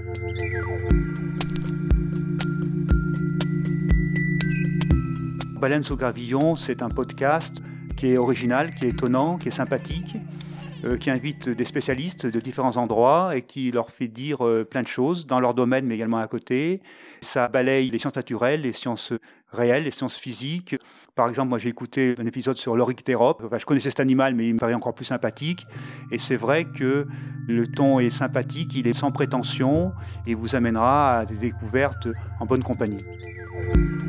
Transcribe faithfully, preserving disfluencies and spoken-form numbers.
Baleine sous gravillon, c'est un podcast qui est original, qui est étonnant, qui est sympathique, euh, qui invite des spécialistes de différents endroits et qui leur fait dire euh, plein de choses dans leur domaine, mais également à côté. Ça balaye les sciences naturelles, les sciences réelles, les sciences physiques. Par exemple, moi j'ai écouté un épisode sur l'Oryctérope. Enfin, je connaissais cet animal, mais il me paraît encore plus sympathique. Et c'est vrai que le ton est sympathique, il est sans prétention et vous amènera à des découvertes en bonne compagnie.